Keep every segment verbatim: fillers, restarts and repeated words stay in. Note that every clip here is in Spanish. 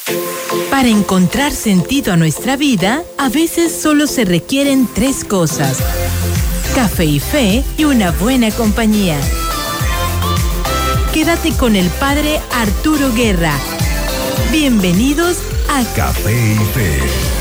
Para encontrar sentido a nuestra vida, a veces solo se requieren tres cosas: café y fe y una buena compañía. Quédate con el padre Arturo Guerra. Bienvenidos a Café y Fe.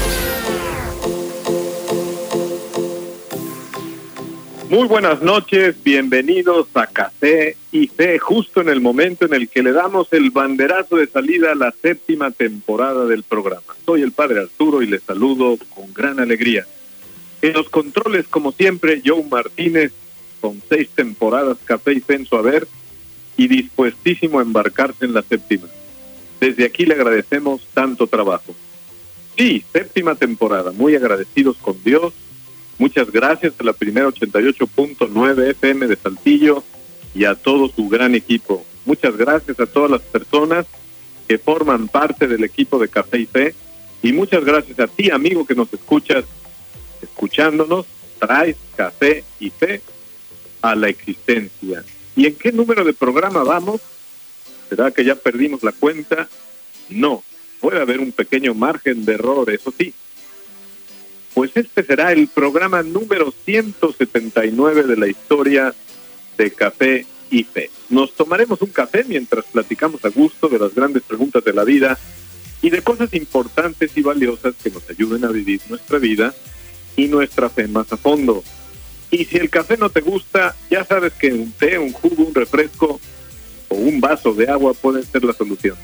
Muy buenas noches, bienvenidos a Café y Fe, justo en el momento en el que le damos el banderazo de salida a la séptima temporada del programa. Soy el padre Arturo y les saludo con gran alegría. En los controles, como siempre, Joe Martínez, con seis temporadas Café y Fe en su haber y dispuestísimo a embarcarse en la séptima. Desde aquí le agradecemos tanto trabajo. Sí, séptima temporada, muy agradecidos con Dios. Muchas gracias a la primera ochenta y ocho punto nueve F M de Saltillo y a todo su gran equipo. Muchas gracias a todas las personas que forman parte del equipo de Café y Fe. Y muchas gracias a ti, amigo, que nos escuchas, escuchándonos, traes Café y Fe a la existencia. ¿Y en qué número de programa vamos? ¿Será que ya perdimos la cuenta? No, puede haber un pequeño margen de error, eso sí. Pues este será el programa número ciento setenta y nueve de la historia de Café y Fe. Nos tomaremos un café mientras platicamos a gusto de las grandes preguntas de la vida y de cosas importantes y valiosas que nos ayuden a vivir nuestra vida y nuestra fe más a fondo. Y si el café no te gusta, ya sabes que un té, un jugo, un refresco o un vaso de agua pueden ser la solución.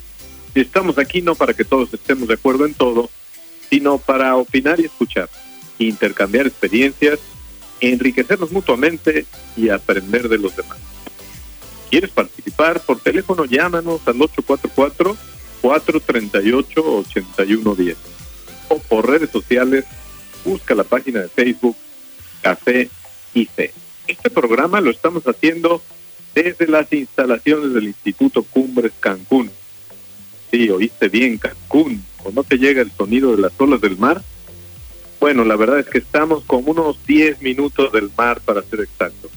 Y estamos aquí no para que todos estemos de acuerdo en todo, sino para opinar y escuchar, intercambiar experiencias, enriquecernos mutuamente y aprender de los demás. ¿Quieres participar? Por teléfono llámanos al ocho cuatro cuatro, cuatro tres ocho, ocho uno uno cero o por redes sociales busca la página de Facebook Café y Fe. Este programa lo estamos haciendo desde las instalaciones del Instituto Cumbres Cancún. Sí, oíste bien, Cancún. ¿O no te llega el sonido de las olas del mar? Bueno, la verdad es que estamos como unos diez minutos del mar, para ser exactos.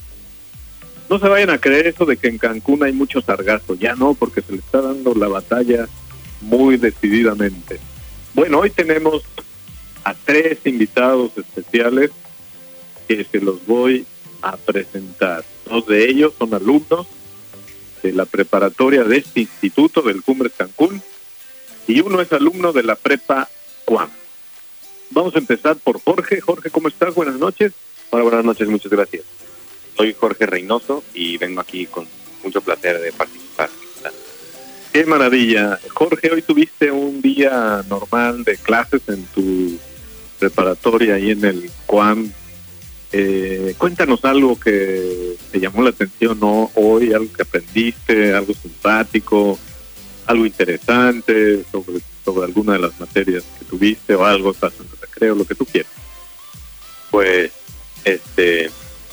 No se vayan a creer eso de que en Cancún hay mucho sargazo. Ya no, porque se le está dando la batalla muy decididamente. Bueno, hoy tenemos a tres invitados especiales que se los voy a presentar. Dos de ellos son alumnos de la preparatoria de este instituto del Cumbres Cancún y uno es alumno de la prepa Cuam. Vamos a empezar por Jorge. Jorge, ¿cómo estás? Buenas noches. Hola, buenas noches, muchas gracias. Soy Jorge Reynoso y vengo aquí con mucho placer de participar. Qué maravilla. Jorge, hoy tuviste un día normal de clases en tu preparatoria ahí en el Cuam. Eh, cuéntanos algo que te llamó la atención, ¿no? Hoy, algo que aprendiste, algo simpático, algo interesante sobre, sobre alguna de las materias que tuviste o algo, estás en el recreo, lo que tú quieras. Pues, este,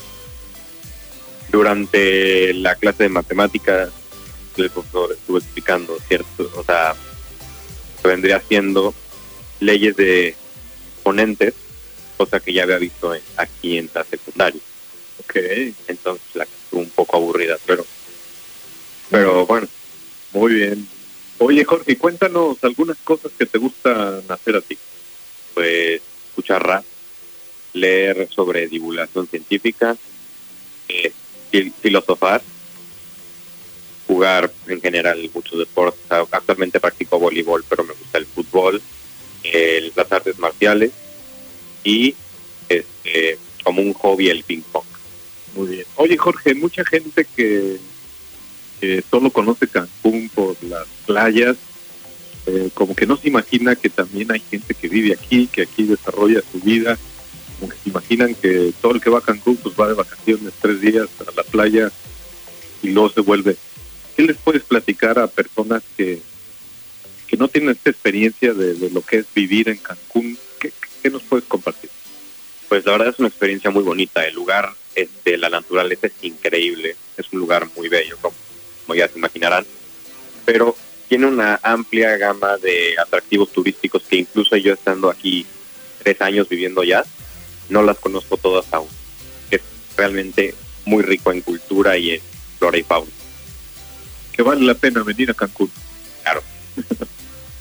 durante la clase de matemáticas, el profesor estuvo explicando, ¿cierto? O sea, vendría siendo leyes de exponentes, cosa que ya había visto en, aquí en la secundaria. Ok. Entonces la que estuvo un poco aburrida, pero, pero bueno. Muy bien. Oye, Jorge, cuéntanos algunas cosas que te gustan hacer a ti. Pues escuchar rap, leer sobre divulgación científica, eh, filosofar, jugar en general muchos deportes. Actualmente practico voleibol, pero me gusta el fútbol, eh, las artes marciales y este como un hobby el ping pong. Muy bien. Oye, Jorge, mucha gente que, que solo conoce Cancún por las playas, eh, como que no se imagina que también hay gente que vive aquí, que aquí desarrolla su vida, como que se imaginan que todo el que va a Cancún pues va de vacaciones tres días a la playa y luego se vuelve. ¿Qué les puedes platicar a personas que, que no tienen esta experiencia de, de lo que es vivir en Cancún? ¿Qué, qué nos puedes compartir? Pues la verdad es una experiencia muy bonita. El lugar, este, la naturaleza es increíble. Es un lugar muy bello, como, como ya se imaginarán. Pero tiene una amplia gama de atractivos turísticos que incluso yo estando aquí tres años viviendo ya, no las conozco todas aún. Es realmente muy rico en cultura y en flora y fauna. Que vale la pena venir a Cancún. Claro.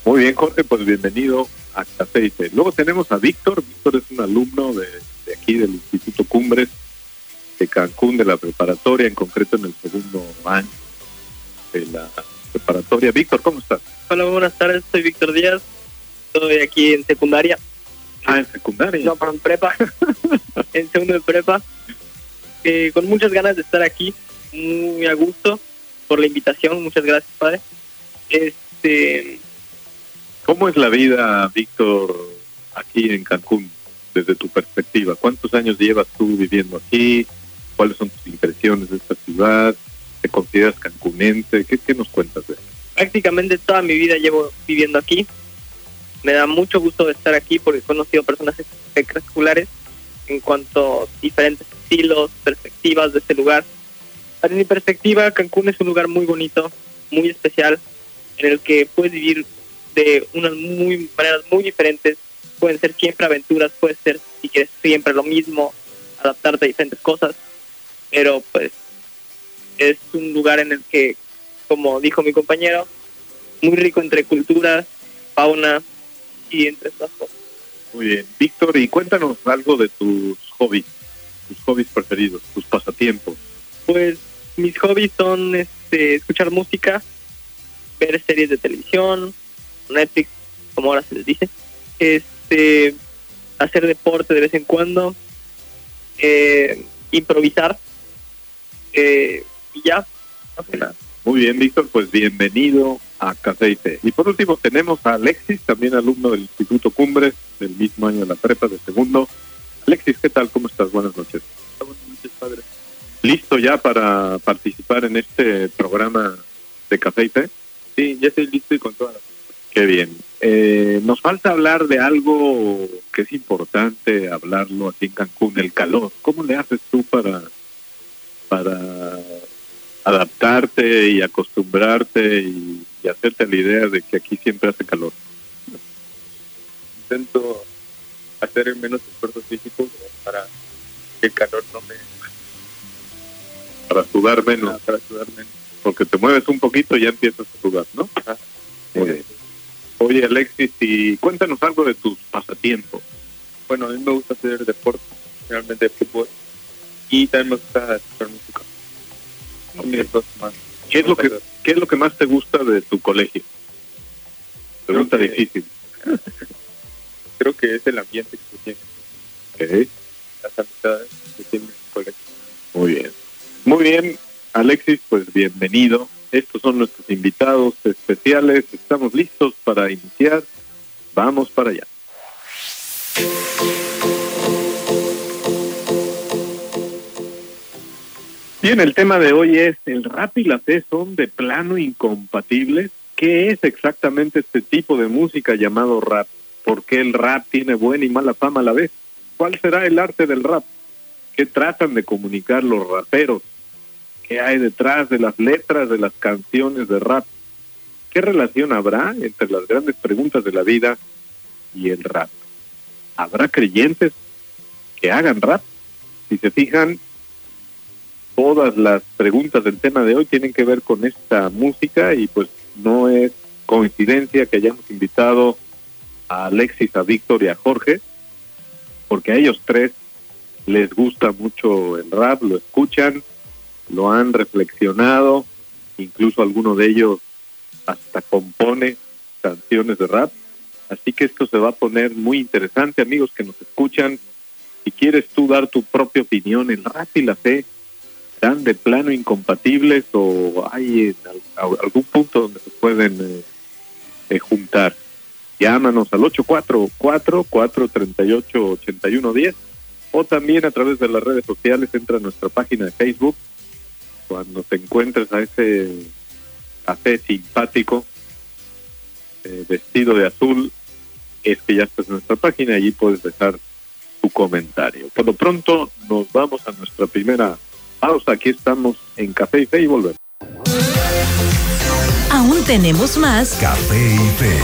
Muy bien, Jorge, pues bienvenido a Café y Fe. Luego tenemos a Víctor. Víctor es un alumno de, de aquí del Instituto Cumbres de Cancún, de la preparatoria, en concreto en el segundo año de la preparatoria. Víctor, ¿cómo estás? Hola, buenas tardes, soy Víctor Díaz, estoy aquí en secundaria. Ah, en secundaria. No, pero en prepa, en segundo de prepa, eh, con muchas ganas de estar aquí, muy a gusto por la invitación, muchas gracias, padre. Este... ¿Cómo es la vida, Víctor, aquí en Cancún, desde tu perspectiva? ¿Cuántos años llevas tú viviendo aquí? ¿Cuáles son tus impresiones de esta ciudad? ¿Te consideras cancunense? ¿Qué, qué nos cuentas de eso? Prácticamente toda mi vida llevo viviendo aquí. Me da mucho gusto estar aquí porque he conocido personas espectaculares en cuanto a diferentes estilos, perspectivas de este lugar. Para mi perspectiva, Cancún es un lugar muy bonito, muy especial, en el que puedes vivir de unas muy maneras muy diferentes. Pueden ser siempre aventuras, puede ser, si quieres, siempre lo mismo, adaptarte a diferentes cosas, pero pues es un lugar en el que, como dijo mi compañero, muy rico entre culturas, fauna y entre estas cosas. Muy bien. Víctor, y cuéntanos algo de tus hobbies, tus hobbies preferidos, tus pasatiempos. Pues mis hobbies son este, escuchar música, ver series de televisión, Netflix, como ahora se les dice, este, hacer deporte de vez en cuando, eh, improvisar, eh, y ya, no sé nada. Muy bien, Víctor, pues bienvenido a Café y Té. Y por último tenemos a Alexis, también alumno del Instituto Cumbres, del mismo año de la prepa, de segundo. Alexis, ¿qué tal? ¿Cómo estás? Buenas noches. Buenas noches, padre. ¿Listo ya para participar en este programa de Café y Té? Sí, ya estoy listo y con todas las... Qué bien. Eh, nos falta hablar de algo que es importante hablarlo aquí en Cancún, el calor. ¿Cómo le haces tú para, para adaptarte y acostumbrarte y, y hacerte la idea de que aquí siempre hace calor? Intento hacer menos esfuerzos físicos para que el calor no me... Para sudar menos. Ah, para sudar menos. Porque te mueves un poquito y ya empiezas a sudar, ¿no? Ah, Muy bien. Oye, Alexis, y cuéntanos algo de tus pasatiempos. Bueno, a mí me gusta hacer deporte, realmente fútbol, y también me gusta escuchar música. Son mis dos más. ¿Qué es lo que qué es lo que más te gusta de tu colegio? Pregunta Creo que- difícil. Creo que es el ambiente que se tiene, Ok, las amistades que tiene el colegio. muy bien. Muy bien, Alexis, pues bienvenido. Estos son nuestros invitados especiales. Estamos listos para iniciar. Vamos para allá. Bien, el tema de hoy es: ¿el rap y la fe son de plano incompatibles? ¿Qué es exactamente este tipo de música llamado rap? ¿Por qué el rap tiene buena y mala fama a la vez? ¿Cuál será el arte del rap? ¿Qué tratan de comunicar los raperos? ¿Qué hay detrás de las letras de las canciones de rap? ¿Qué relación habrá entre las grandes preguntas de la vida y el rap? ¿Habrá creyentes que hagan rap? Si se fijan, todas las preguntas del tema de hoy tienen que ver con esta música y pues no es coincidencia que hayamos invitado a Alexis, a Víctor y a Jorge, porque a ellos tres les gusta mucho el rap, lo escuchan, lo han reflexionado, incluso alguno de ellos hasta compone canciones de rap, así que esto se va a poner muy interesante, amigos que nos escuchan. Si quieres tú dar tu propia opinión, ¿el rap y la fe están de plano incompatibles o hay en algún punto donde se pueden eh, eh, juntar? Llámanos al ocho cuatro cuatro, cuatro tres ocho, ocho uno uno cero o también a través de las redes sociales. Entra a nuestra página de Facebook. Cuando te encuentres a ese café simpático eh, vestido de azul, es que ya estás en nuestra página y allí puedes dejar tu comentario. Por lo pronto nos vamos a nuestra primera pausa. Aquí estamos en Café y Fe y volvemos. Aún tenemos más Café y Fe.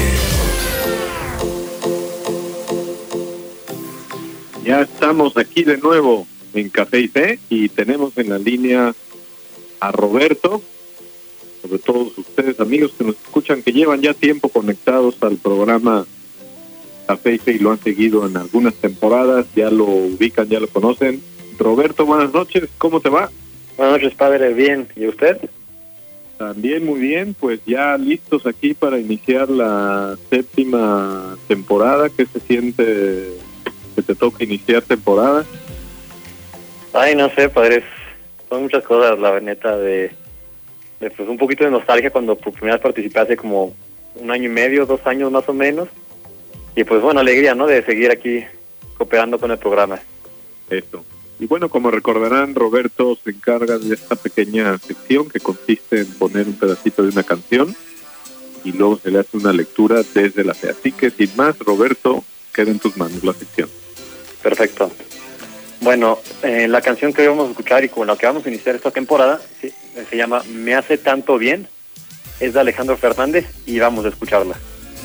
Ya estamos aquí de nuevo en Café y Fe y tenemos en la línea a Roberto. sobre todos ustedes, amigos que nos escuchan, que llevan ya tiempo conectados al programa Café y Fe y lo han seguido en algunas temporadas, ya lo ubican, ya lo conocen. Roberto, buenas noches, ¿cómo te va? Buenas noches, padre, bien. ¿Y usted? También muy bien, pues ya listos aquí para iniciar la séptima temporada. ¿Qué se siente que te toca iniciar temporada? Ay, no sé, padre, son muchas cosas, la neta, de, de pues un poquito de nostalgia cuando por primera vez participé hace como un año y medio, dos años más o menos. Y pues bueno, alegría, ¿no?, de seguir aquí cooperando con el programa. Eso. Y bueno, como recordarán, Roberto se encarga de esta pequeña sección que consiste en poner un pedacito de una canción y luego se le hace una lectura desde la fe. Así que sin más, Roberto, queda en tus manos la sección. Perfecto. Bueno, eh, la canción que hoy vamos a escuchar y con la que vamos a iniciar esta temporada, sí, se llama Me hace tanto bien, es de Alejandro Fernández y vamos a escucharla.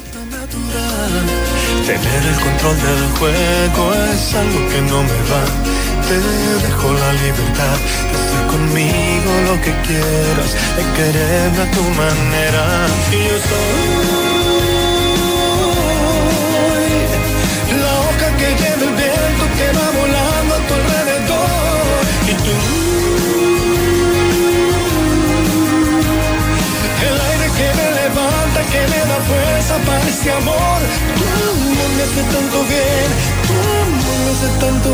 Tener el control del juego es algo que no me va. Te dejo la libertad de hacer conmigo lo que quieras, de quererme a tu manera. Y yo soy la hoja que lleva el viento que va volando a tu alrededor. Y tú, el aire que me levanta, que me da fuerza para ese amor. Tu amor me hace tanto bien, tu amor me hace tanto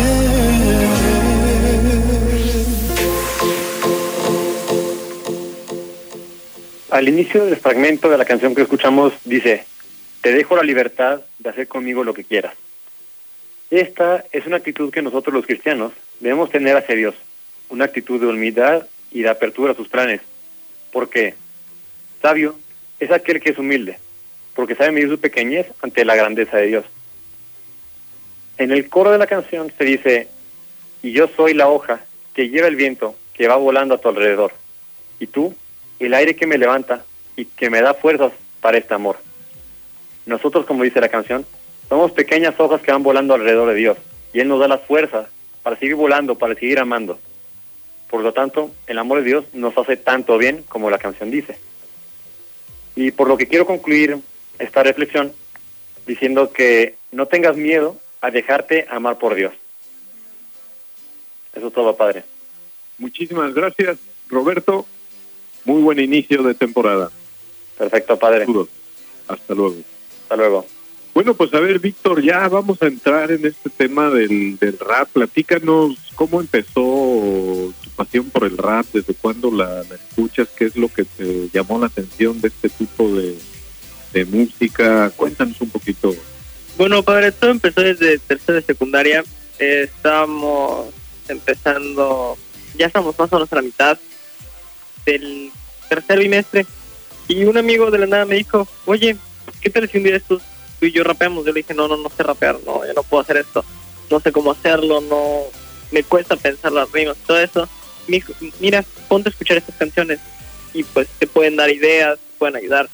bien. Al inicio del fragmento de la canción que escuchamos dice: te dejo la libertad de hacer conmigo lo que quieras. Esta es una actitud que nosotros los cristianos debemos tener hacia Dios, una actitud de humildad y de apertura a sus planes, porque sabio es aquel que es humilde, porque sabe medir su pequeñez ante la grandeza de Dios. En el coro de la canción se dice: y yo soy la hoja que lleva el viento que va volando a tu alrededor, y tú, el aire que me levanta y que me da fuerzas para este amor. Nosotros, como dice la canción, somos pequeñas hojas que van volando alrededor de Dios, y Él nos da las fuerzas para seguir volando, para seguir amando. Por lo tanto, el amor de Dios nos hace tanto bien como la canción dice. Y por lo que quiero concluir esta reflexión diciendo que no tengas miedo a dejarte amar por Dios. Eso es todo, padre. Muchísimas gracias, Roberto. Muy buen inicio de temporada. Perfecto, padre. Saludos. Hasta luego. Hasta luego. Bueno, pues a ver, Víctor, ya vamos a entrar en este tema del, del rap. Platícanos cómo empezó tu pasión por el rap, desde cuándo la, la escuchas, qué es lo que te llamó la atención de este tipo de, de música. Cuéntanos un poquito. Bueno, padre, todo empezó desde tercera de secundaria. Eh, estábamos empezando, ya estamos más o menos a la mitad del tercer bimestre, y un amigo de la nada me dijo: oye, ¿qué tal si un día estos tú y yo rapeamos? Yo le dije: no, no, no sé rapear, no, yo no puedo hacer esto, no sé cómo hacerlo, no, me cuesta pensar las rimas, todo eso. Me dijo: mira, ponte a escuchar estas canciones y pues te pueden dar ideas, te pueden ayudar.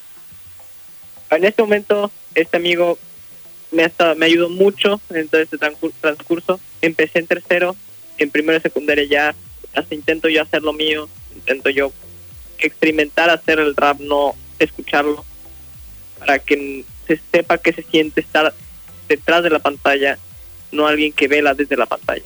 En este momento, este amigo me, hasta, me ayudó mucho en todo este transcurso. Empecé en tercero, en primero de secundaria ya, hasta intento yo hacer lo mío, intento yo experimentar hacer el rap, no escucharlo, para que se sepa que se siente estar detrás de la pantalla, no alguien que vela desde la pantalla.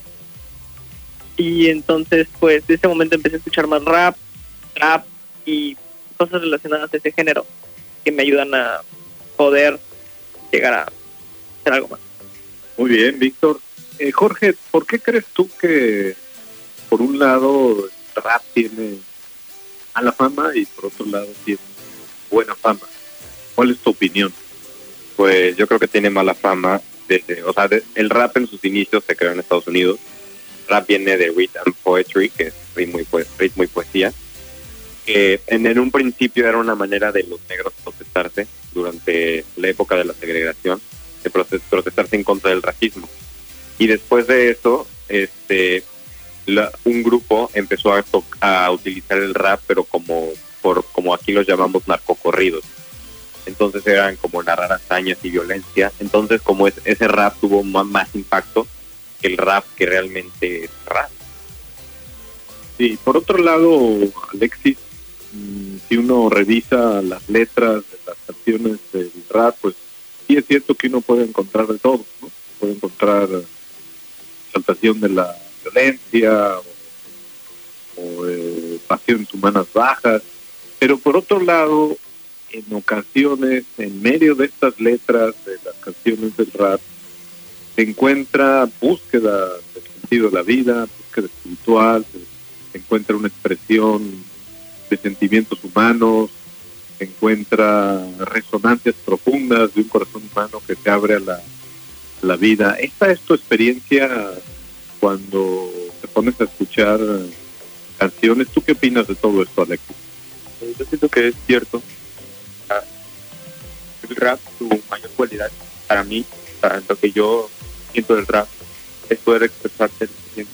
Y entonces, pues, de ese momento empecé a escuchar más rap, rap y cosas relacionadas a ese género que me ayudan a poder llegar a hacer algo más. Muy bien, Víctor. Eh, Jorge, ¿por qué crees tú que, por un lado, el rap tiene mala fama y por otro lado tiene buena fama? ¿Cuál es tu opinión? Pues yo creo que tiene mala fama. Desde, o sea, de, el rap en sus inicios se creó en Estados Unidos. Rap viene de rhythm poetry, que es ritmo y, poe- ritmo y poesía, que en, en un principio era una manera de los negros protestarse durante la época de la segregación, de protestarse en contra del racismo. Y después de eso, este, la, un grupo empezó a, to- a utilizar el rap, pero como, por, como aquí los llamamos narcocorridos. Entonces eran como narrar hazañas y violencia. Entonces, como es, ese rap tuvo más, más impacto que el rap que realmente es rap. Sí, por otro lado, Alexis, mm, si uno revisa las letras de las canciones del rap, pues sí es cierto que uno puede encontrar de todo, ¿no? Puede encontrar exaltación de la violencia o, o eh, pasiones humanas bajas, pero por otro lado, en ocasiones, en medio de estas letras de las canciones del rap, se encuentra búsqueda del sentido de la vida, búsqueda espiritual, se, se encuentra una expresión de sentimientos humanos, se encuentra resonancias profundas de un corazón humano que se abre a la, a la vida. ¿Esta es tu experiencia cuando te pones a escuchar canciones? ¿Tú qué opinas de todo esto, Alexis? Yo siento que es cierto. El rap, su mayor cualidad para mí, para lo que yo siento del rap, es poder expresarte,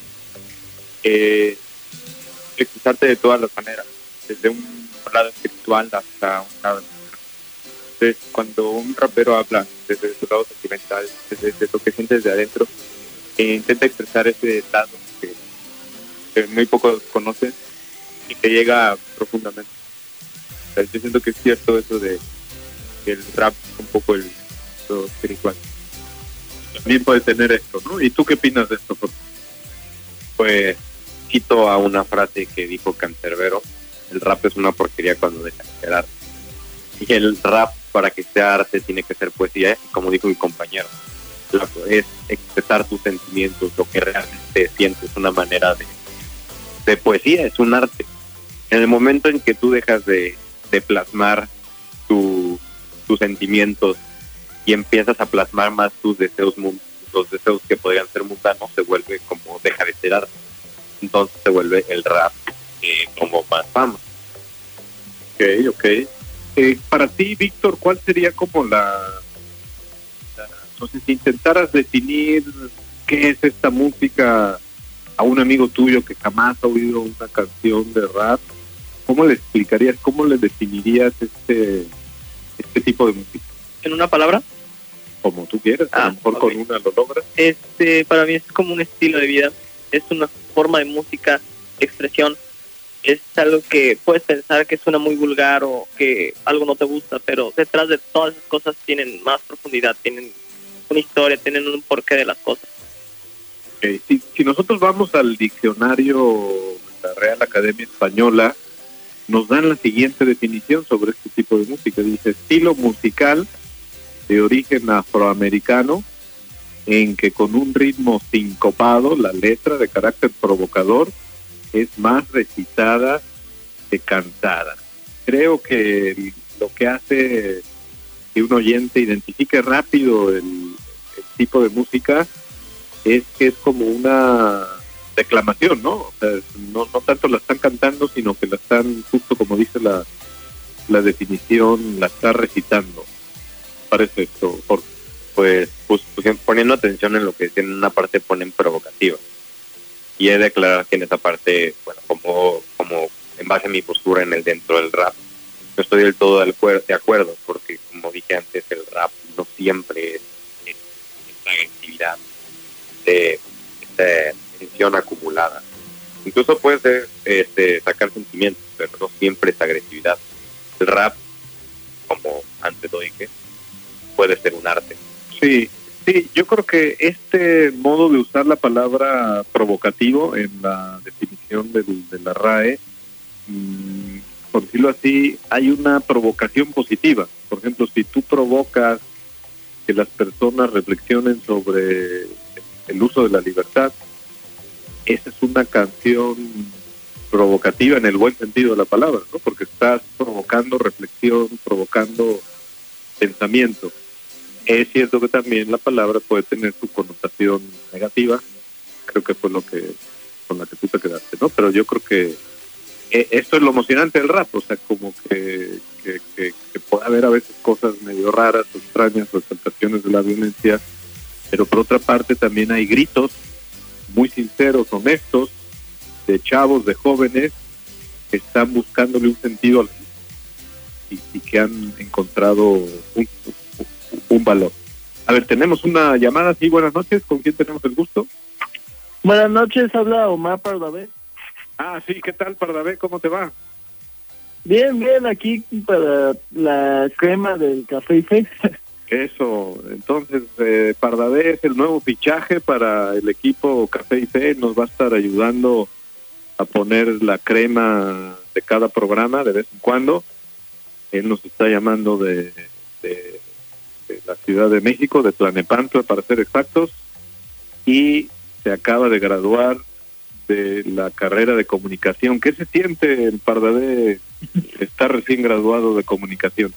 eh, expresarte de todas las maneras, desde un lado espiritual hasta un lado emocional. Entonces, cuando un rapero habla desde su lado sentimental, desde, desde lo que sientes de adentro, e intenta expresar ese lado que, que muy pocos conocen y que llega profundamente. O sea, yo siento que es cierto eso de que el rap es un poco el lo espiritual. También puede tener esto, ¿no? ¿Y tú qué opinas de esto, Jorge? Pues cito a una frase que dijo Cancerbero: el rap es una porquería cuando deja de ser arte. Y el rap, para que sea arte, tiene que ser poesía, y como dijo mi compañero, es expresar tus sentimientos, lo que realmente sientes, una manera de, de poesía, es un arte. En el momento en que tú dejas de, de plasmar tu, tus sentimientos y empiezas a plasmar más tus deseos, los deseos que podrían ser mundanos, se vuelve como, deja de ser arte. Entonces se vuelve el rap eh, como más fama. Ok, ok. Eh, para ti, Víctor, ¿cuál sería como la, la... No sé, si intentaras definir qué es esta música a un amigo tuyo que jamás ha oído una canción de rap, ¿cómo le explicarías, cómo le definirías este, este tipo de música? ¿En una palabra? Como tú quieras, a Ah, lo mejor okay. Con una lo logras. Este, para mí es como un estilo de vida, es una forma de música, expresión. Es algo que puedes pensar que suena muy vulgar o que algo no te gusta, pero detrás de todas esas cosas tienen más profundidad, tienen una historia, tienen un porqué de las cosas. Okay. Si, si nosotros vamos al diccionario de la Real Academia Española, nos dan la siguiente definición sobre este tipo de música. Dice: estilo musical de origen afroamericano en que con un ritmo sincopado la letra de carácter provocador es más recitada que cantada. Creo que lo que hace que un oyente identifique rápido el, el tipo de música es que es como una declamación, ¿no? O sea, no, no tanto la están cantando, sino que la están, justo como dice la, la definición, la está recitando. Parece esto, Jorge. Pues, pues, pues poniendo atención en lo que en una parte ponen provocativa. Y he de aclarar que en esa parte, bueno, como, como en base a mi postura en el dentro del rap, no estoy del todo de acuerdo, de acuerdo porque como dije antes, el rap no siempre es, es esta agresividad, de esta tensión acumulada. Incluso puede ser este, sacar sentimientos, pero no siempre es agresividad. El rap, como antes lo dije, puede ser un arte. Sí, sí, yo creo que este modo de usar la palabra provocativo en la definición del, de la R A E, mmm, por decirlo así, hay una provocación positiva. Por ejemplo, si tú provocas que las personas reflexionen sobre el uso de la libertad, esa es una canción provocativa en el buen sentido de la palabra, ¿no? Porque estás provocando reflexión, provocando pensamiento. Es cierto que también la palabra puede tener su connotación negativa, creo que fue lo que con la que tú te quedaste, ¿no? Pero yo creo que eh, esto es lo emocionante del rap, o sea, como que, que, que, que puede haber a veces cosas medio raras, o extrañas, o exaltaciones de la violencia, pero por otra parte también hay gritos muy sinceros, honestos, de chavos, de jóvenes, que están buscándole un sentido al y, y que han encontrado un, un valor. A ver, tenemos una llamada, sí, buenas noches, ¿con quién tenemos el gusto? Buenas noches, habla Omar Pardavé. Ah, sí, ¿qué tal, Pardavé? ¿Cómo te va? Bien, bien, aquí para la crema del Café y Fe. Eso, entonces eh, Pardavé es el nuevo fichaje para el equipo Café y Fe, nos va a estar ayudando a poner la crema de cada programa de vez en cuando. Él nos está llamando de, de, de la Ciudad de México, de Tlalnepantla para ser exactos, y se acaba de graduar de la carrera de comunicación. ¿Qué se siente el Pardavé estar recién graduado de comunicación?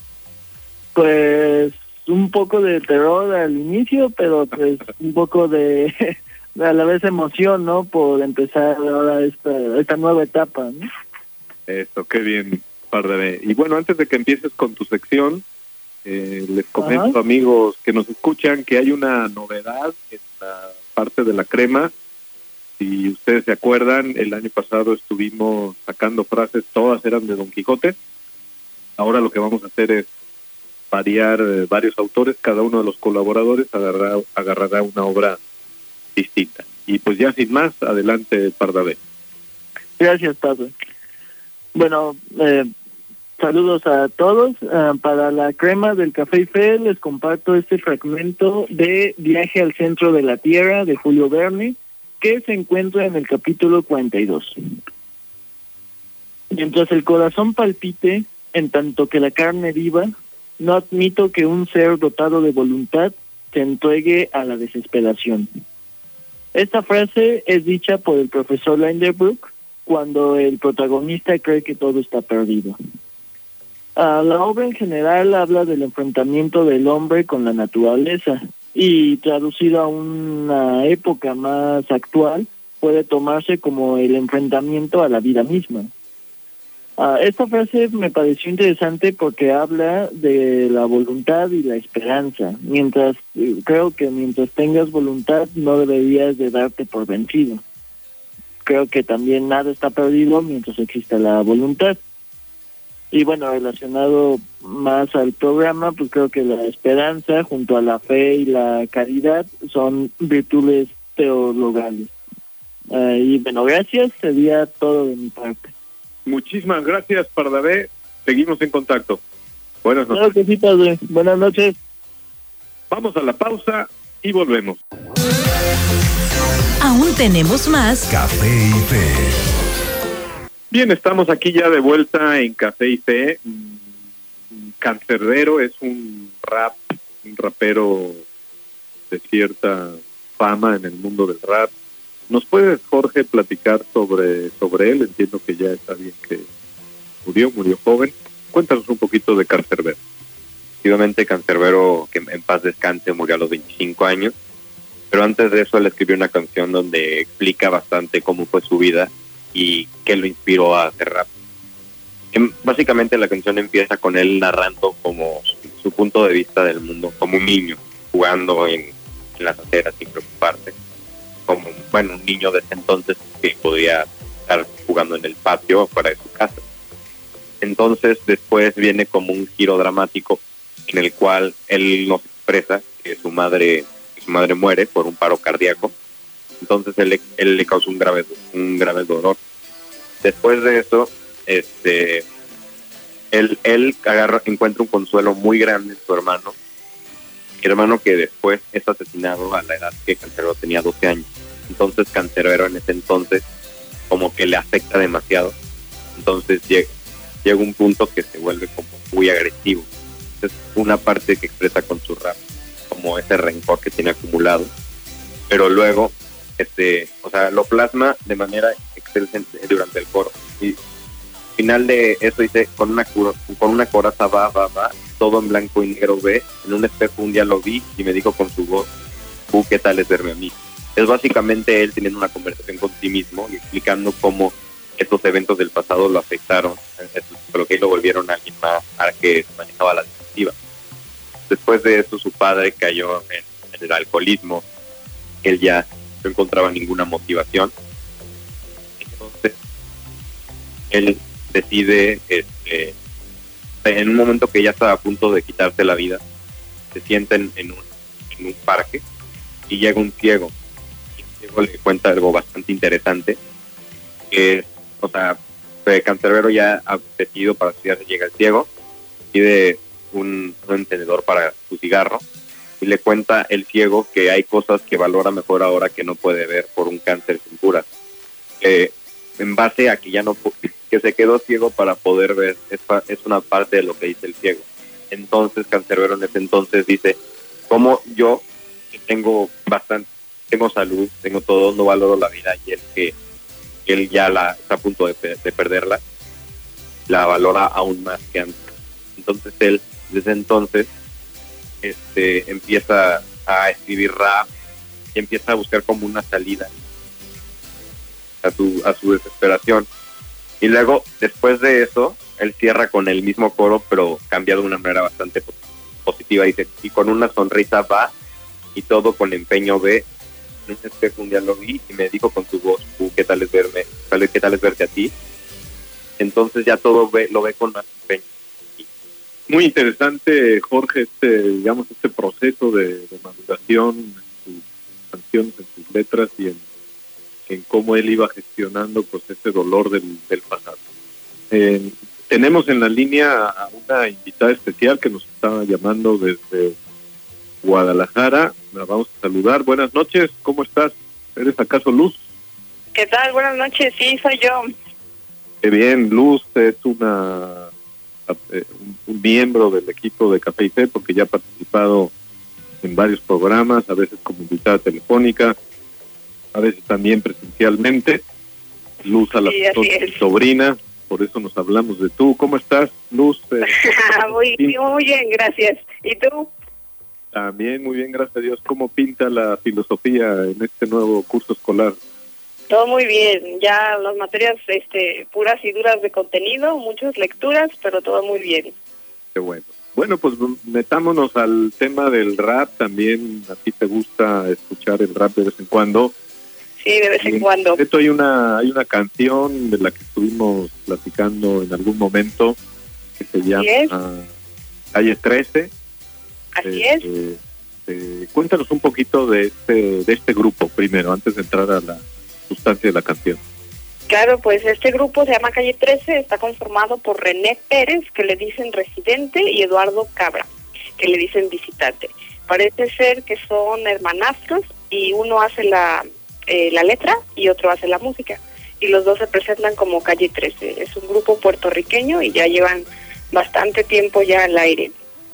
Pues un poco de terror al inicio, pero pues un poco de a la vez emoción, ¿no? Por empezar ahora esta esta nueva etapa, ¿no? Eso, qué bien, Pardavé. Y bueno, antes de que empieces con tu sección, eh, les comento, Ajá. amigos que nos escuchan, que hay una novedad en la parte de la crema. Si ustedes se acuerdan, el año pasado estuvimos sacando frases, todas eran de Don Quijote. Ahora lo que vamos a hacer es variar eh, varios autores, cada uno de los colaboradores agarrará, agarrará una obra distinta. Y pues ya sin más, adelante, Pardavé. Gracias, Pablo. Bueno, eh, saludos a todos. Uh, para la crema del Café y Fe les comparto este fragmento de Viaje al centro de la Tierra de Julio Verne, que se encuentra en el capítulo cuarenta y dos. Mientras el corazón palpite, en tanto que la carne viva, no admito que un ser dotado de voluntad se entregue a la desesperación. Esta frase es dicha por el profesor Lindenbrook cuando el protagonista cree que todo está perdido. Uh, la obra en general habla del enfrentamiento del hombre con la naturaleza, y traducido a una época más actual, puede tomarse como el enfrentamiento a la vida misma. Uh, esta frase me pareció interesante porque habla de la voluntad y la esperanza. Mientras creo que mientras tengas voluntad no deberías de darte por vencido. Creo que también nada está perdido mientras exista la voluntad. Y bueno, relacionado más al programa, pues creo que la esperanza junto a la fe y la caridad son virtudes teologales. Uh, y bueno, gracias, sería todo de mi parte. Muchísimas gracias, Pardavé. Seguimos en contacto. Buenas noches. Claro que sí, padre. Buenas noches. Vamos a la pausa y volvemos. Aún tenemos más Café y Fe. Bien, estamos aquí ya de vuelta en Café y Fe. Cancerbero es un rap, un rapero de cierta fama en el mundo del rap. ¿Nos puedes, Jorge, platicar sobre sobre él? Entiendo que ya está bien que murió, murió joven. Cuéntanos un poquito de Cancerbero. Efectivamente, Cancerbero, que en paz descanse, murió a los veinticinco años. Pero antes de eso, él escribió una canción donde explica bastante cómo fue su vida y qué lo inspiró a hacer rap. En, básicamente, la canción empieza con él narrando como su, su punto de vista del mundo, como un niño jugando en, en las aceras sin preocuparse. Como, bueno, un niño de ese entonces que podía estar jugando en el patio fuera de su casa. Entonces después viene como un giro dramático en el cual él nos expresa que su madre que su madre muere por un paro cardíaco. Entonces él, él le causó un grave un grave dolor. Después de eso, este él él agarra encuentra un consuelo muy grande en su hermano. hermano que después es asesinado a la edad que Cancerbero tenía doce años. Entonces Cancerbero en ese entonces como que le afecta demasiado. Entonces llega, llega un punto que se vuelve como muy agresivo. Es una parte que expresa con su rap, como ese rencor que tiene acumulado. Pero luego, este, o sea, lo plasma de manera excelente durante el coro. Y al final de eso dice, con una, con una coraza va, va, va, todo en blanco y negro ve, en un espejo un día lo vi y me dijo con su voz, uh, ¿qué tal es verme a mí? Es básicamente él teniendo una conversación con sí mismo y explicando cómo estos eventos del pasado lo afectaron, pero que lo volvieron a alguien más a que manejaba la defensiva. Después de eso su padre cayó en, en el alcoholismo, él ya no encontraba ninguna motivación, entonces él decide este en un momento que ya estaba a punto de quitarse la vida, se sienta en, en, un, en un parque y llega un ciego. Y el ciego le cuenta algo bastante interesante, que es, o sea, eh, Cancerbero ya ha decidido para estudiar llega el ciego, pide un, un encendedor para su cigarro y le cuenta el ciego que hay cosas que valora mejor ahora que no puede ver por un cáncer sin cura. Eh, en base a que ya no que se quedó ciego para poder ver, es, es una parte de lo que dice el ciego. Entonces Cancerbero en ese entonces dice, como yo que tengo bastante, tengo salud, tengo todo, no valoro la vida, y él que él ya la está a punto de, de perderla, la valora aún más que antes. Entonces él desde entonces este empieza a escribir rap y empieza a buscar como una salida a su a su desesperación. Y luego, después de eso, él cierra con el mismo coro, pero cambiado de una manera bastante positiva. Dice, y con una sonrisa va, y todo con empeño ve. En un espejo un día lo vi y me dijo con tu voz, uh, ¿qué tal es verme? ¿Qué tal es verte a ti? Entonces ya todo ve, lo ve con más empeño. Muy interesante, Jorge, este, digamos, este proceso de, de maduración en sus canciones, en sus letras y en, en cómo él iba gestionando pues ese dolor del, del pasado. Eh, tenemos en la línea a una invitada especial que nos está llamando desde Guadalajara. La vamos a saludar. Buenas noches, ¿cómo estás? ¿Eres acaso Luz? ¿Qué tal? Buenas noches, sí, soy yo. Qué bien, Luz es una un, un miembro del equipo de Café y Fe, porque ya ha participado en varios programas, a veces como invitada telefónica, a veces también presencialmente. Luz a la sí, sobrina, por eso nos hablamos de tú. ¿Cómo estás, Luz? Eh, muy, muy bien, gracias. ¿Y tú? También muy bien, gracias a Dios. ¿Cómo pinta la filosofía en este nuevo curso escolar? Todo muy bien, ya las materias este, puras y duras de contenido, muchas lecturas, pero todo muy bien. Qué bueno. Bueno, pues metámonos al tema del rap. También a ti te gusta escuchar el rap de vez en cuando. Sí, de vez en, en cuando. Esto hay una hay una canción de la que estuvimos platicando en algún momento que se llama Calle trece. Así eh, es. Eh, eh, cuéntanos un poquito de este de este grupo primero, antes de entrar a la sustancia de la canción. Claro, pues este grupo se llama Calle trece, está conformado por René Pérez, que le dicen residente, y Eduardo Cabra, que le dicen visitante. Parece ser que son hermanastros y uno hace la, eh, la letra y otro hace la música. Y los dos se presentan como Calle trece. Es un grupo puertorriqueño y ya llevan bastante tiempo ya al aire.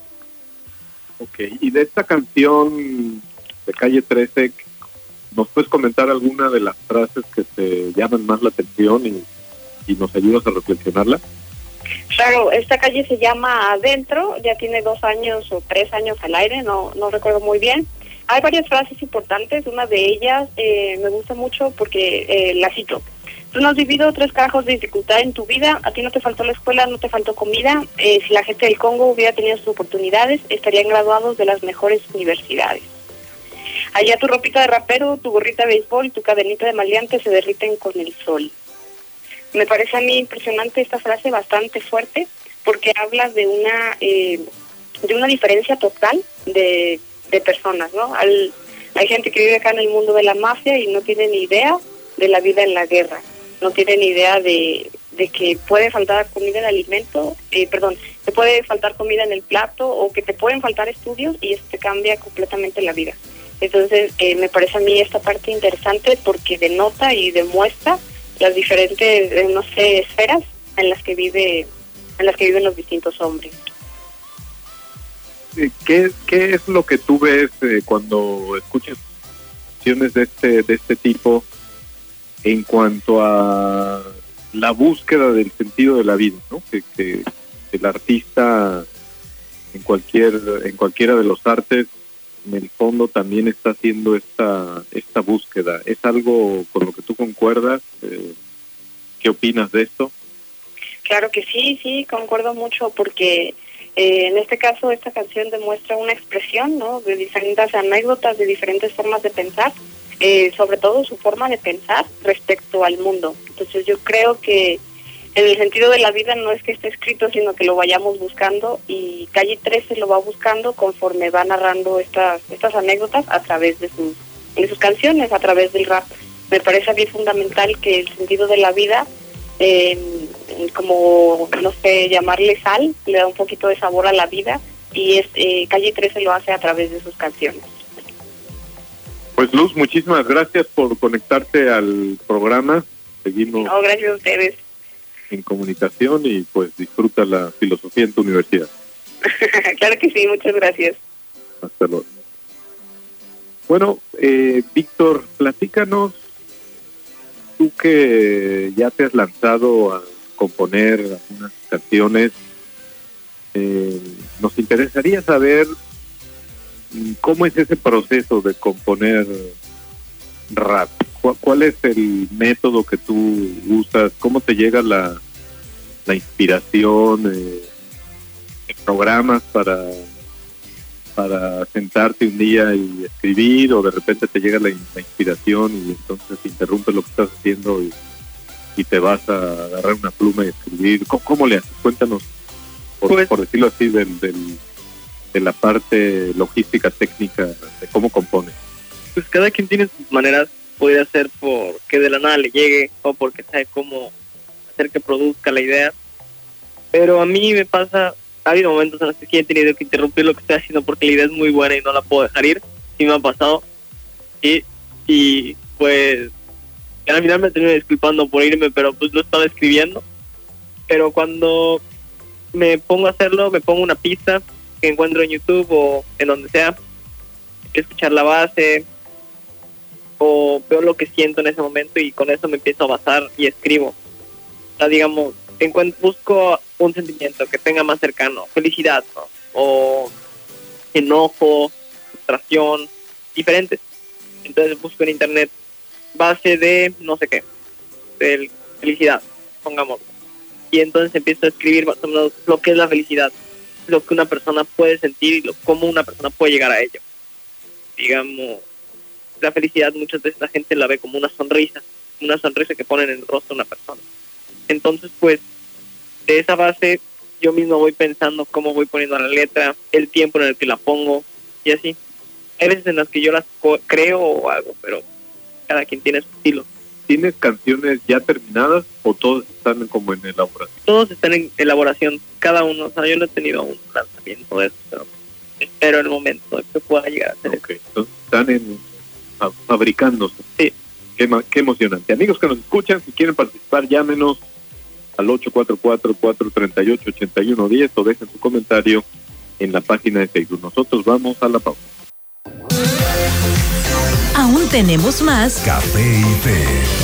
Ok, y de esta canción de Calle trece, ¿nos puedes comentar alguna de las frases que te llaman más la atención y, y nos ayudas a reflexionarla? Claro, esta calle se llama Adentro, ya tiene dos años o tres años al aire, no no recuerdo muy bien. Hay varias frases importantes, una de ellas eh, me gusta mucho porque eh, la cito. Tú no has vivido tres carajos de dificultad en tu vida, a ti no te faltó la escuela, no te faltó comida. Eh, si la gente del Congo hubiera tenido sus oportunidades, estarían graduados de las mejores universidades. Allá tu ropita de rapero, tu gorrita de béisbol y tu cadenita de maleante se derriten con el sol. Me parece a mí impresionante esta frase, bastante fuerte, porque habla de una eh, de una diferencia total de, de personas, ¿no? Al, hay gente que vive acá en el mundo de la mafia y no tiene ni idea de la vida en la guerra, no tiene ni idea de, de que puede faltar comida en el alimento, eh, perdón, te puede faltar comida en el plato o que te pueden faltar estudios y eso te cambia completamente la vida. Entonces, eh, me parece a mí esta parte interesante porque denota y demuestra las diferentes, eh, no sé, esferas en las que vive, en las que viven los distintos hombres. ¿Qué, qué es lo que tú ves eh, cuando escuchas canciones de este de este tipo en cuanto a la búsqueda del sentido de la vida, ¿no? Que, que el artista en cualquier en cualquiera de los artes en el fondo también está haciendo esta esta búsqueda. ¿Es algo con lo que tú concuerdas? Eh, ¿Qué opinas de esto? Claro que sí, sí, concuerdo mucho porque eh, en este caso esta canción demuestra una expresión, ¿no? De diferentes anécdotas, de diferentes formas de pensar, eh, sobre todo su forma de pensar respecto al mundo. Entonces yo creo que en el sentido de la vida no es que esté escrito, sino que lo vayamos buscando y Calle trece lo va buscando conforme va narrando estas estas anécdotas a través de sus, de sus canciones, a través del rap. Me parece bien fundamental que el sentido de la vida eh, como, no sé, llamarle sal, le da un poquito de sabor a la vida, y es, eh, Calle trece lo hace a través de sus canciones. Pues Luz, muchísimas gracias por conectarte al programa. Seguimos no, gracias a ustedes. En comunicación y pues disfruta la filosofía en tu universidad. Claro que sí, muchas gracias. Hasta luego. Bueno, eh, Víctor, platícanos, tú que ya te has lanzado a componer algunas canciones, eh, nos interesaría saber cómo es ese proceso de componer rap. ¿Cuál es el método que tú usas? ¿Cómo te llega la, la inspiración? Eh, ¿Programas para, para sentarte un día y escribir? ¿O de repente te llega la, la inspiración y entonces interrumpes lo que estás haciendo y, y te vas a agarrar una pluma y escribir? ¿Cómo, cómo le haces? Cuéntanos, por, pues, por decirlo así, del, del, de la parte logística, técnica, de cómo compones. Pues cada quien tiene sus maneras. Podría ser porque de la nada le llegue o porque sabe cómo hacer que produzca la idea. Pero a mí me pasa, ha habido momentos en los que sí he tenido que interrumpir lo que estoy haciendo porque la idea es muy buena y no la puedo dejar ir. Sí me ha pasado. Y, y pues al final me termino disculpando por irme, pero pues lo estaba escribiendo. Pero cuando me pongo a hacerlo, me pongo una pista que encuentro en YouTube o en donde sea, escuchar la base, o veo lo que siento en ese momento y con eso me empiezo a basar y escribo. O sea, digamos, encuentro, busco un sentimiento que tenga más cercano, felicidad, ¿no? O enojo, frustración, diferentes. Entonces busco en internet base de no sé qué, de felicidad, pongamos. Y entonces empiezo a escribir más o menos lo que es la felicidad, lo que una persona puede sentir y lo, cómo una persona puede llegar a ello. Digamos, la felicidad muchas veces la gente la ve como una sonrisa, una sonrisa que ponen en el rostro de una persona. Entonces, pues, de esa base yo mismo voy pensando cómo voy poniendo la letra, el tiempo en el que la pongo y así. Hay veces en las que yo las co- creo o algo, pero cada quien tiene su estilo. ¿Tienes canciones ya terminadas o todas están como en elaboración? Todos están en elaboración, cada uno. O sea, yo no he tenido un lanzamiento de eso, pero espero el momento de que pueda llegar a hacer okay. eso. Entonces están en fabricándose. Sí. Qué, qué emocionante. Amigos que nos escuchan, si quieren participar, llámenos al ocho cuatro cuatro, cuatro tres ocho, ocho uno uno cero o dejen su comentario en la página de Facebook. Nosotros vamos a la pausa. Aún tenemos más Café y Fe.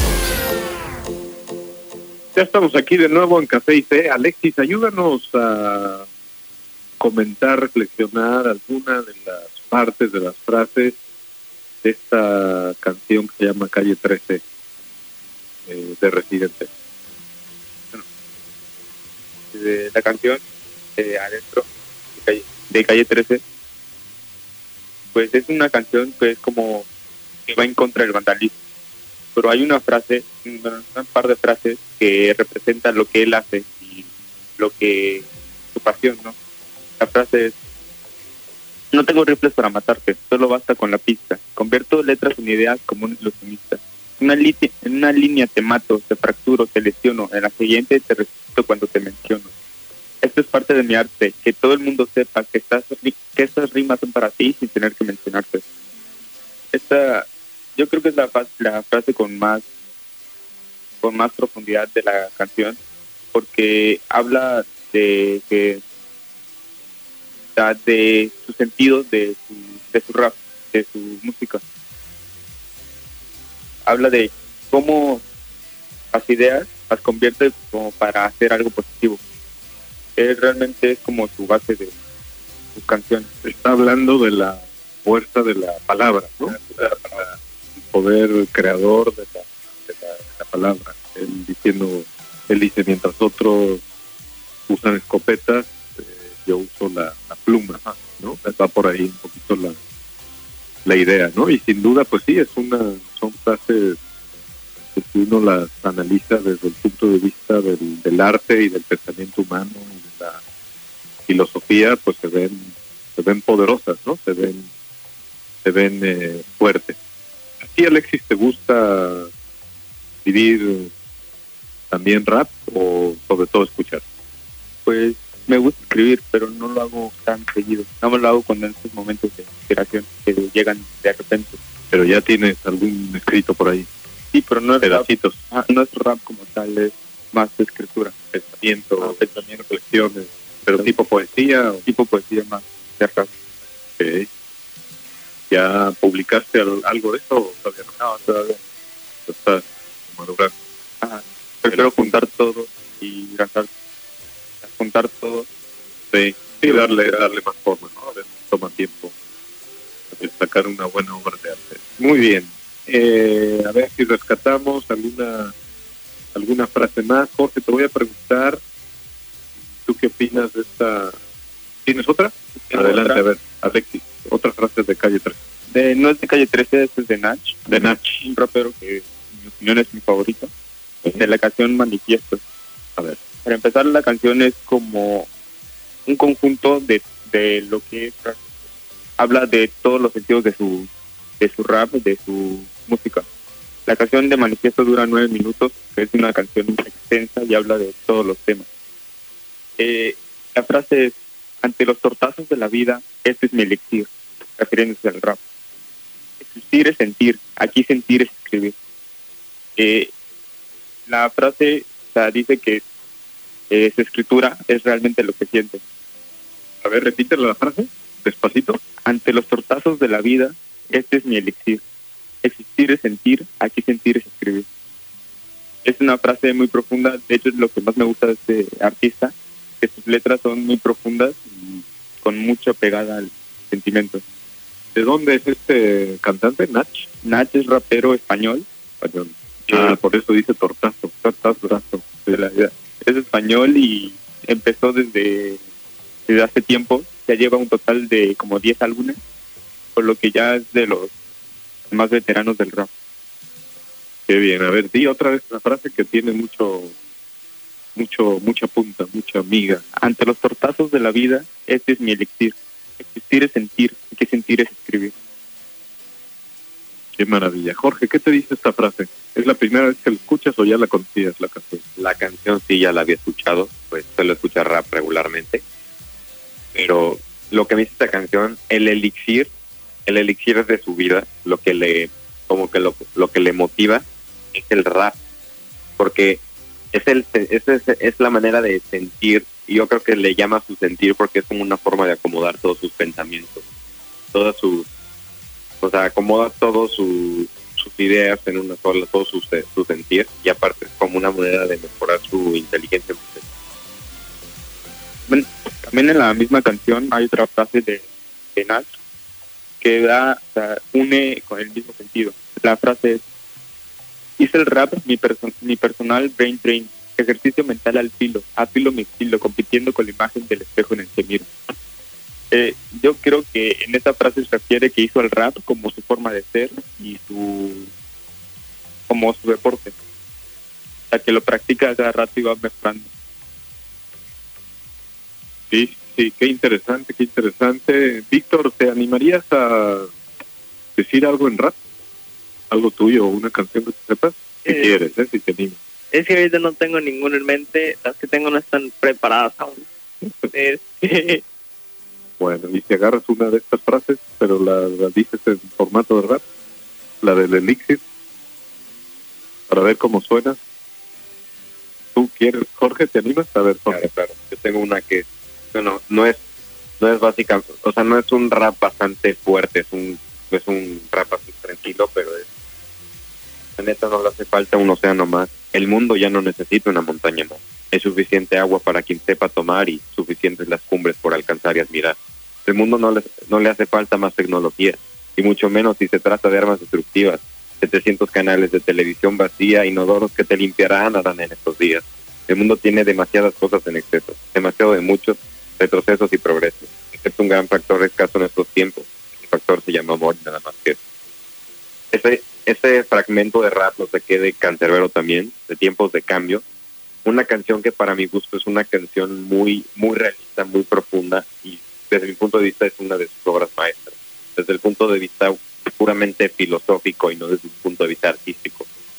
Ya estamos aquí de nuevo en Café y Fe. Alexis, ayúdanos a comentar, reflexionar alguna de las partes de las frases de esta canción que se llama Calle trece, eh, de Residente. Bueno, de la canción eh, adentro de calle, de calle trece, pues es una canción que es como que va en contra del vandalismo, pero hay una frase, un, un par de frases que representan lo que él hace y lo que su pasión, ¿no? La frase es: no tengo rifles para matarte, solo basta con la pista. Convierto letras en ideas como un ilusionista. En una, li- en una línea te mato, te fracturo, te lesiono. En la siguiente te resucito cuando te menciono. Esto es parte de mi arte, que todo el mundo sepa que, estás, que estas rimas son para ti sin tener que mencionarte. Esta, yo creo que es la, la frase con más, con más profundidad de la canción, porque habla de que de su sentido, de su, de su rap, de su música. Habla de cómo las ideas las convierte como para hacer algo positivo. Él realmente es como su base de sus canciones. Está hablando de la fuerza de la palabra, ¿no? La, la, el poder creador de la, de la, de la palabra. Él diciendo, él dice, mientras otros usan escopetas, yo uso la, la pluma, ¿no? Va por ahí un poquito la, la idea, ¿no? Y sin duda, pues sí, es una, son frases que si uno las analiza desde el punto de vista del, del arte y del pensamiento humano y de la filosofía, pues se ven, se ven poderosas, ¿no? Se ven, se ven eh, fuertes. ¿A ti, Alexis, te gusta vivir ¿También rap o sobre todo escuchar? Pues me gusta escribir, pero no lo hago tan seguido. No me lo hago con estos momentos de inspiración que llegan de repente. Pero ya tienes algún escrito por ahí. Sí, pero no es pedacitos. Rap. Ah, no es rap como tal, es más de escritura. Pensamiento, ah, pensamiento, reflexiones. Pero tipo poesía o tipo poesía más de rap. Okay. ¿Ya publicaste algo de eso o todavía no? No, todavía. Estás madurando. Ajá. Prefiero juntar todo y gastar. Juntar todo. Sí, sí, darle, darle más forma, ¿no? A veces toma tiempo sacar una buena obra de arte. Muy bien. Eh, a ver si rescatamos alguna alguna frase más. Jorge, te voy a preguntar, ¿tú qué opinas de esta? ¿Tienes otra? Adelante, otra? A ver, Alexis, otra frase de Calle trece. De, no es de Calle trece, es de Nach. De Nach. Un rapero que, en mi opinión, es mi favorito. ¿Sí? De la canción Manifiesto. A ver. Para empezar, la canción es como un conjunto de, de lo que es, habla de todos los sentidos de su de su rap, de su música. La canción de Manifiesto dura nueve minutos, que es una canción extensa y habla de todos los temas. Eh, la frase es: ante los tortazos de la vida, este es mi elixir, refiriéndose al rap. Existir es sentir, aquí sentir es escribir. Eh, la frase, o sea, dice que eh, su escritura es realmente lo que siente. A ver, repite la frase, despacito. Ante los tortazos de la vida, este es mi elixir. Existir es sentir, aquí sentir es escribir. Es una frase muy profunda, de hecho es lo que más me gusta de este artista, que sus letras son muy profundas y con mucha pegada al sentimiento. ¿De dónde es este cantante, Nach? Nach es rapero español. Español. Ah, eh, por eso dice tortazo, tortazo, tortazo de la vida. Es español y empezó desde, desde hace tiempo. Ya lleva un total de como diez álbumes, por lo que ya es de los más veteranos del rap. Qué bien. A ver, di otra vez la frase que tiene mucho, mucho, mucha punta, mucha miga. Ante los tortazos de la vida, este es mi elixir. Existir es sentir, y que sentir es escribir. Qué maravilla. Jorge, ¿qué te dice esta frase? ¿Es la primera vez que la escuchas o ya la conocías, la canción? La canción sí ya la había escuchado, pues suelo escuchar rap regularmente. Pero lo que me dice esta canción, el elixir, el elixir es de su vida, lo que le, como que lo, lo que le motiva es el rap, porque es el, es, es, es la manera de sentir, y yo creo que le llama su sentir porque es como una forma de acomodar todos sus pensamientos, todas sus, o sea, acomoda todos su, sus ideas en una sola, todo su, su sentir, y aparte es como una manera de mejorar su inteligencia emocional. Bueno, también en la misma canción hay otra frase de, de Nach que da, o sea, une con el mismo sentido. La frase es: hice el rap mi, perso- mi personal brain train, ejercicio mental al filo, afilo mi estilo, compitiendo con la imagen del espejo en el que miro. Eh, yo creo que en esta frase se refiere que hizo el rap como su forma de ser y su como su deporte, o sea, que lo practica cada rato y va mejorando. Sí, sí, qué interesante, qué interesante. Víctor, ¿te animarías a decir algo en rap? ¿Algo tuyo o una canción que te sepas? Si eh, quieres, ¿eh? Si te animas. Es que ahorita no tengo ninguna en mente, las que tengo no están preparadas aún. Este... Bueno, y si agarras una de estas frases, pero la, la dices en formato de rap, la del elixir, para ver cómo suena. ¿Tú quieres, Jorge? ¿Te animas? A ver, Jorge. Claro, claro. Yo tengo una que Bueno, no es no es básica, o sea, no es un rap bastante fuerte, es un es un rap así tranquilo, pero es, la neta no le hace falta un océano más. El mundo ya no necesita una montaña más. Es suficiente agua para quien sepa tomar y suficientes las cumbres por alcanzar y admirar. El mundo no le, no le hace falta más tecnología, y mucho menos si se trata de armas destructivas. setecientos canales de televisión vacía, inodoros que te limpiarán harán en estos días. El mundo tiene demasiadas cosas en exceso, demasiado de muchos retrocesos y progresos, excepto un gran factor escaso en estos tiempos. El factor se llama amor, nada más que eso. Ese, ese fragmento de rap no se quede cancerbero también, de tiempos de cambio. Una canción que para mi gusto es una canción muy, muy realista, muy profunda, y desde mi punto de vista es una de sus obras maestras. Desde el punto de vista puramente filosófico y no desde un punto de vista artístico.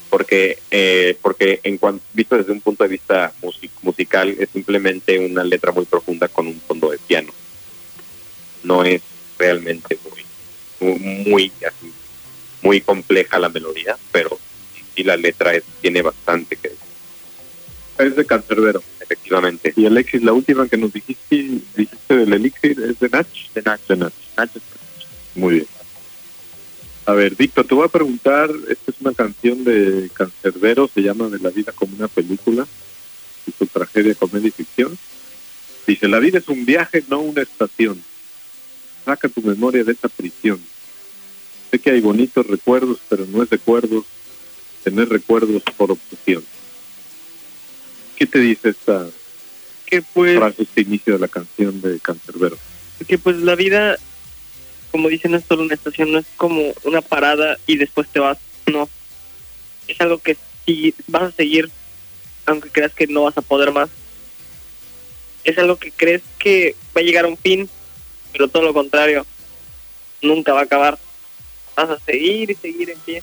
porque eh, porque en cuanto visto desde un punto de vista music, musical es simplemente una letra muy profunda con un fondo de piano. No es realmente muy muy, muy así muy compleja la melodía, pero sí la letra es, tiene bastante que decir. Es de Cancerbero, efectivamente. Y Alexis, la última que nos dijiste, dijiste del Elixir, ¿es de Nach? De Nach. De Nach. Nach. Muy bien. A ver, Víctor, te voy a preguntar, esta es una canción de Cancerbero, se llama De la vida como una película, y su tragedia, comedia y ficción. Dice, la vida es un viaje, no una estación. Saca tu memoria de esa prisión. Sé que hay bonitos recuerdos, pero no es recuerdos tener recuerdos por obsesión. ¿Qué te dice esta que pues, frase, este inicio de la canción de Cancerbero? Que pues la vida, como dicen, no es solo una estación, no es como una parada y después te vas, no. Es algo que si vas a seguir, aunque creas que no vas a poder más. Es algo que crees que va a llegar a un fin, pero todo lo contrario, nunca va a acabar. Vas a seguir y seguir en pie.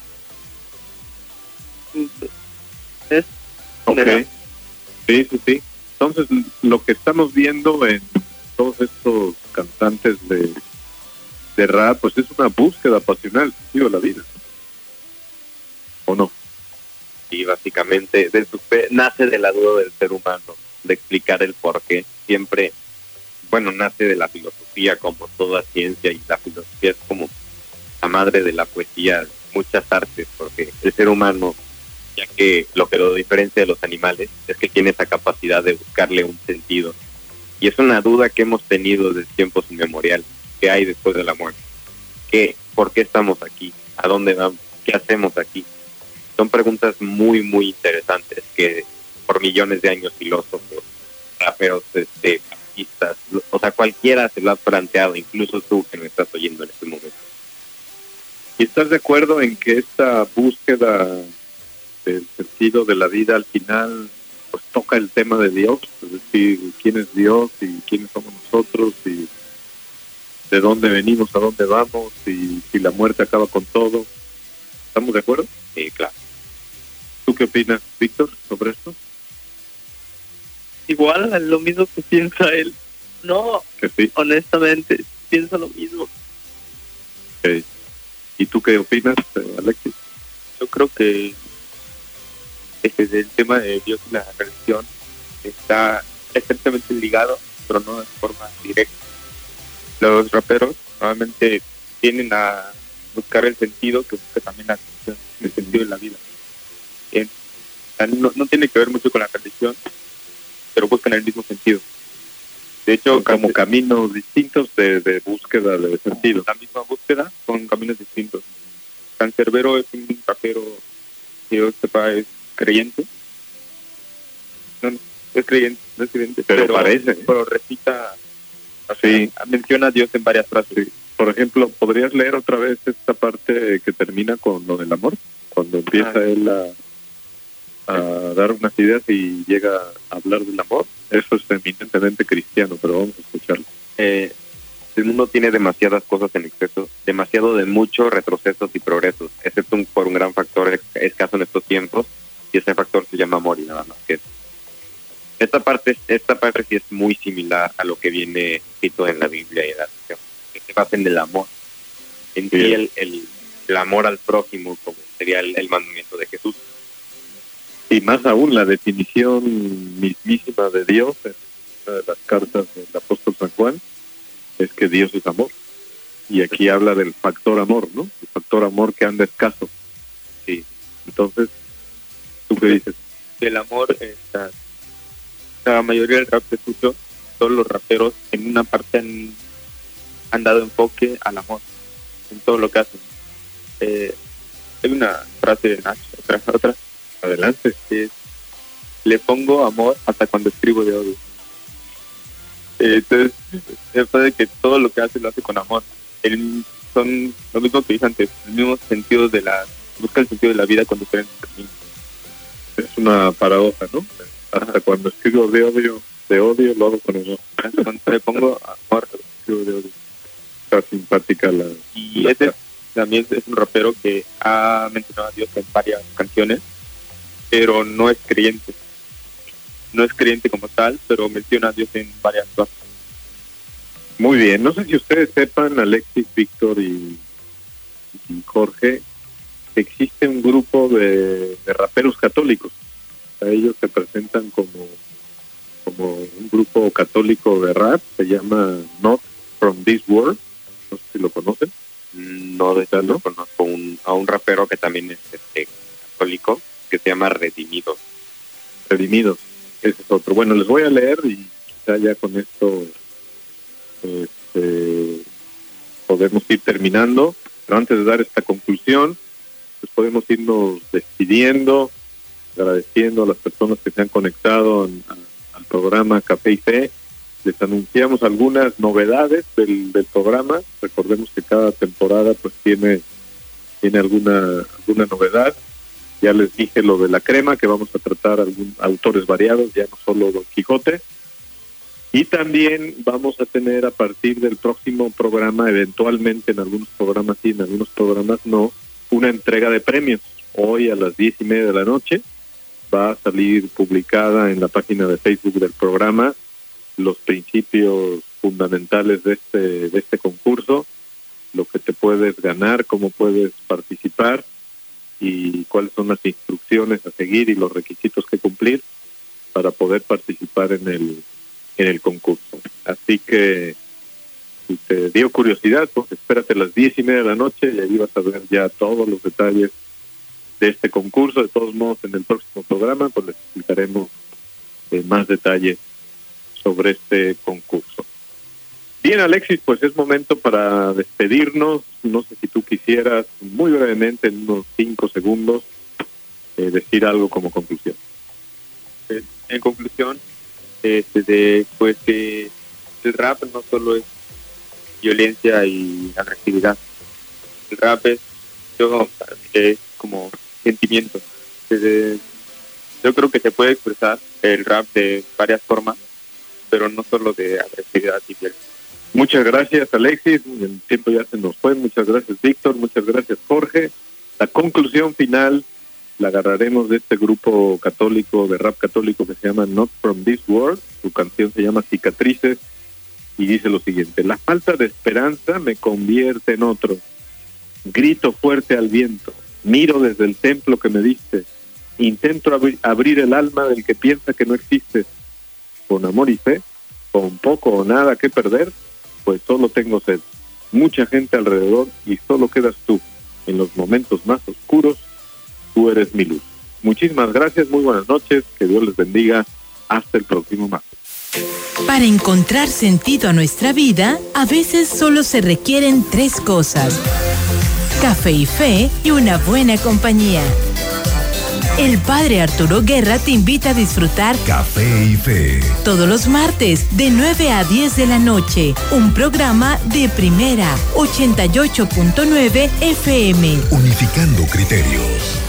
Es okay. Sí, sí, sí. Entonces, lo que estamos viendo en todos estos cantantes de, de rap, pues es una búsqueda pasional, digo, la vida. ¿O no? Sí, básicamente, de su fe, nace de la duda del ser humano, de explicar el por qué. Siempre, bueno, nace de la filosofía, como toda ciencia, y la filosofía es como la madre de la poesía, muchas artes, porque el ser humano, ya que lo que lo diferencia de los animales es que tiene esa capacidad de buscarle un sentido. Y es una duda que hemos tenido desde tiempos inmemoriales. ¿Qué hay después de la muerte? ¿Qué? ¿Por qué estamos aquí? ¿A dónde vamos? ¿Qué hacemos aquí? Son preguntas muy, muy interesantes que por millones de años filósofos, raperos, este, artistas, o sea, cualquiera se lo ha planteado, incluso tú que me estás oyendo en este momento. ¿Y estás de acuerdo en que esta búsqueda del sentido de la vida al final pues toca el tema de Dios, es decir, quién es Dios y quiénes somos nosotros y de dónde venimos, a dónde vamos y si la muerte acaba con todo? ¿Estamos de acuerdo? Sí, claro. ¿Tú qué opinas, Víctor, sobre esto? Igual, lo mismo que piensa él. No, que sí. Honestamente, pienso lo mismo. Okay. ¿Y tú qué opinas, Alexis? Yo creo que desde el tema de Dios y la religión está estrictamente ligado, pero no de forma directa. Los raperos normalmente tienden a buscar el sentido que busca también la religión, el sentido de la vida. Bien. No, no tiene que ver mucho con la religión, pero buscan el mismo sentido. De hecho, como caminos distintos de, de búsqueda de sentido. La misma búsqueda con caminos distintos. Cancerbero es un rapero que yo sepa es creyente. No, no es creyente, no es creyente. Pero, pero parece. Pero recita, sí. sea, menciona a Dios en varias frases. Sí. Por ejemplo, ¿podrías leer otra vez esta parte que termina con lo del amor? Cuando empieza ah. él a... a dar unas ideas y llega a hablar del amor. Eso es eminentemente cristiano, pero vamos a escucharlo. Eh, el mundo tiene demasiadas cosas en exceso, demasiado de muchos retrocesos y progresos, excepto un, por un gran factor escaso en estos tiempos, y ese factor se llama amor y nada más que eso. Esta parte, esta parte sí es muy similar a lo que viene escrito en la Biblia y en la religión, que se basa en el amor. En sí, el, el, el amor al prójimo, como sería el, el mandamiento de Jesús. Y más aún, la definición mismísima de Dios en una de las cartas del apóstol San Juan es que Dios es amor. Y aquí habla del factor amor, ¿no? El factor amor que anda escaso. Sí. Entonces, ¿tú qué dices? El amor, esta, la mayoría del rap que escucho, todos los raperos en una parte han, han dado enfoque al amor, en todo lo que hacen. Eh, hay una frase de Nach, otra, otra. Adelante. Es, le pongo amor hasta cuando escribo de odio. Eh, entonces, después de que todo lo que hace lo hace con amor. El, son lo mismo que dije antes, el mismo sentido de la, busca el sentido de la vida con diferentes caminos. Es una paradoja, ¿no? Hasta Ajá. cuando escribo de odio, de odio lo hago con amor. Cuando le pongo amor, escribo de odio. Está simpática la... Y la este también es un rapero que ha mencionado a Dios en varias canciones. pero no es creyente. No es creyente como tal, pero menciona a Dios en varias cosas. Muy bien, no sé si ustedes sepan, Alexis, Víctor y, y Jorge, existe un grupo de, de raperos católicos. A ellos se presentan como, como un grupo católico de rap, se llama Not From This World, no sé si lo conocen. No, de hecho no conozco un, a un rapero que también es este, católico, que se llama Redimidos. Redimidos, ese es otro. Bueno, les voy a leer y quizá ya con esto este, podemos ir terminando, pero antes de dar esta conclusión, pues podemos irnos despidiendo, agradeciendo a las personas que se han conectado en, a, al programa Café y Fe. Les anunciamos algunas novedades del, del programa. Recordemos que cada temporada pues tiene tiene alguna alguna novedad. Ya les dije lo de la crema, que vamos a tratar algún, autores variados, ya no solo Don Quijote. Y también vamos a tener a partir del próximo programa, eventualmente en algunos programas sí, en algunos programas no, una entrega de premios. Hoy a las diez y media de la noche va a salir publicada en la página de Facebook del programa los principios fundamentales de este de este concurso, lo que te puedes ganar, cómo puedes participar y cuáles son las instrucciones a seguir y los requisitos que cumplir para poder participar en el en el concurso. Así que si te dio curiosidad, pues espérate a las diez y media de la noche y ahí vas a ver ya todos los detalles de este concurso. De todos modos, en el próximo programa pues les explicaremos eh, más detalles sobre este concurso. Bien, Alexis, pues es momento para despedirnos. No sé si tú quisieras muy brevemente, en unos cinco segundos, eh, decir algo como conclusión. Eh, en conclusión, este, de, pues que el rap no solo es violencia y agresividad. El rap es, yo, es como sentimiento. Desde, yo creo que se puede expresar el rap de varias formas, pero no solo de agresividad y violencia. Muchas gracias, Alexis. El tiempo ya se nos fue. Muchas gracias, Víctor. Muchas gracias, Jorge. La conclusión final la agarraremos de este grupo católico, de rap católico que se llama Not From This World. Su canción se llama Cicatrices y dice lo siguiente: la falta de esperanza me convierte en otro. Grito fuerte al viento. Miro desde el templo que me diste. Intento abri- abrir el alma del que piensa que no existe. Con amor y fe, con poco o nada que perder, pues solo tengo sed. Mucha gente alrededor y solo quedas tú. En los momentos más oscuros, tú eres mi luz. Muchísimas gracias, muy buenas noches, que Dios les bendiga. Hasta el próximo martes. Para encontrar sentido a nuestra vida, a veces solo se requieren tres cosas: café y fe y una buena compañía. El padre Arturo Guerra te invita a disfrutar Café y Fe todos los martes de nueve a diez de la noche. Un programa de Primera ochenta y ocho punto nueve F M. Unificando criterios.